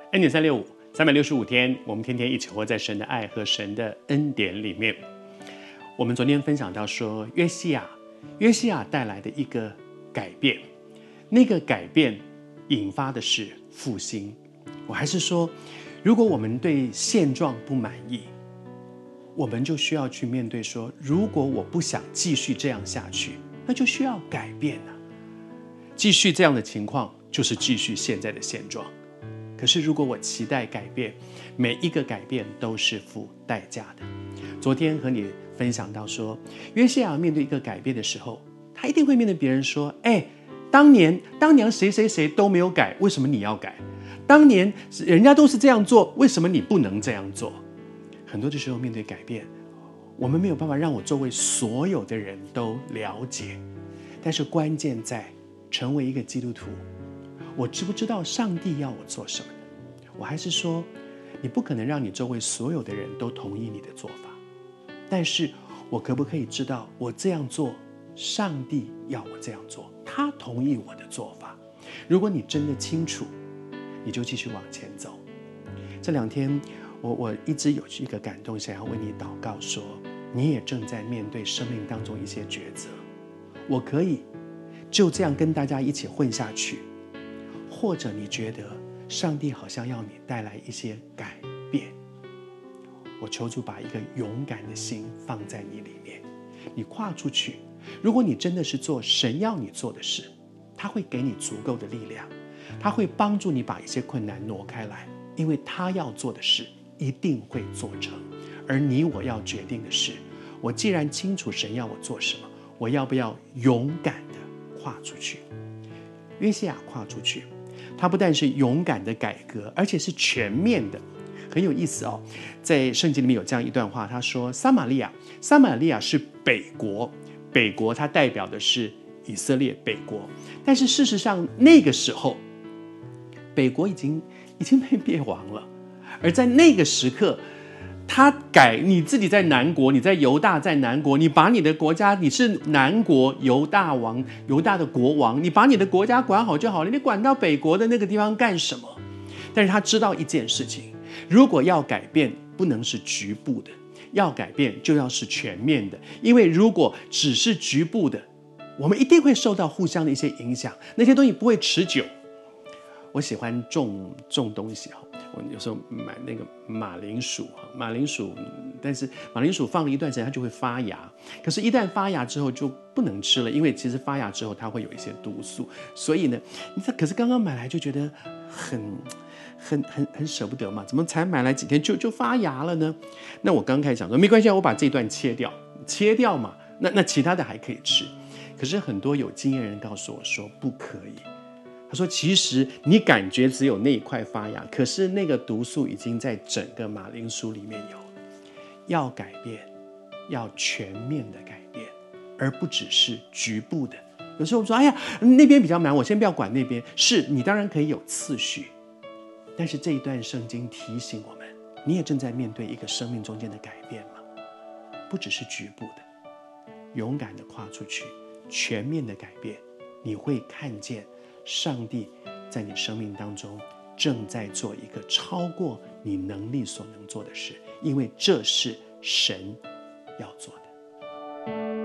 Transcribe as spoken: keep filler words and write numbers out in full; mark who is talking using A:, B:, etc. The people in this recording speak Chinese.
A: 恩典三六五，三百六十五天，我们天天一起活在神的爱和神的恩典里面。我们昨天分享到说，约西亚，约西亚带来的一个改变，那个改变引发的是复兴。我还是说，如果我们对现状不满意，我们就需要去面对说，如果我不想继续这样下去，那就需要改变啊。继续这样的情况，就是继续现在的现状。可是如果我期待改变，每一个改变都是付代价的。昨天和你分享到说，约西亚面对一个改变的时候，他一定会面对别人说，哎，当年当年谁谁谁都没有改，为什么你要改？当年人家都是这样做，为什么你不能这样做？很多的时候面对改变，我们没有办法让我周围所有的人都了解，但是关键在成为一个基督徒，我知不知道上帝要我做什么呢？我还是说，你不可能让你周围所有的人都同意你的做法，但是我可不可以知道我这样做，上帝要我这样做，他同意我的做法？如果你真的清楚，你就继续往前走。这两天我我一直有一个感动，想要为你祷告说，你也正在面对生命当中一些抉择。我可以就这样跟大家一起混下去，或者你觉得上帝好像要你带来一些改变，我求主把一个勇敢的心放在你里面，你跨出去。如果你真的是做神要你做的事，他会给你足够的力量，他会帮助你把一些困难挪开来，因为他要做的事一定会做成。而你我要决定的是，我既然清楚神要我做什么，我要不要勇敢的跨出去？约西亚跨出去，他不但是勇敢的改革，而且是全面的。很有意思哦，在圣经里面有这样一段话，他说撒玛利亚，撒玛利亚是北国，北国它代表的是以色列北国，但是事实上那个时候北国已经已经被灭亡了，而在那个时刻，他改你自己在南国，你在犹大在南国，你把你的国家，你是南国犹大王，犹大的国王，你把你的国家管好就好了，你管到北国的那个地方干什么？但是他知道一件事情，如果要改变，不能是局部的，要改变就要是全面的，因为如果只是局部的，我们一定会受到互相的一些影响，那些东西不会持久。我喜欢种种东西，我有时候买那个马铃薯，马铃薯，但是马铃薯放了一段时间它就会发芽，可是一旦发芽之后就不能吃了，因为其实发芽之后它会有一些毒素，所以呢，可是刚刚买来就觉得很很很很舍不得嘛，怎么才买来几天就就发芽了呢？那我刚开始想说没关系，我把这一段切掉，切掉嘛，那那其他的还可以吃。可是很多有经验人告诉我说不可以。他说其实你感觉只有那一块发芽，可是那个毒素已经在整个马铃薯里面有。要改变，要全面的改变，而不只是局部的。有时候我说哎呀那边比较难，我先不要管那边，是你当然可以有次序，但是这一段圣经提醒我们，你也正在面对一个生命中间的改变吗？不只是局部的，勇敢的跨出去，全面的改变，你会看见上帝在你生命当中正在做一个超过你能力所能做的事，因为这是神要做的。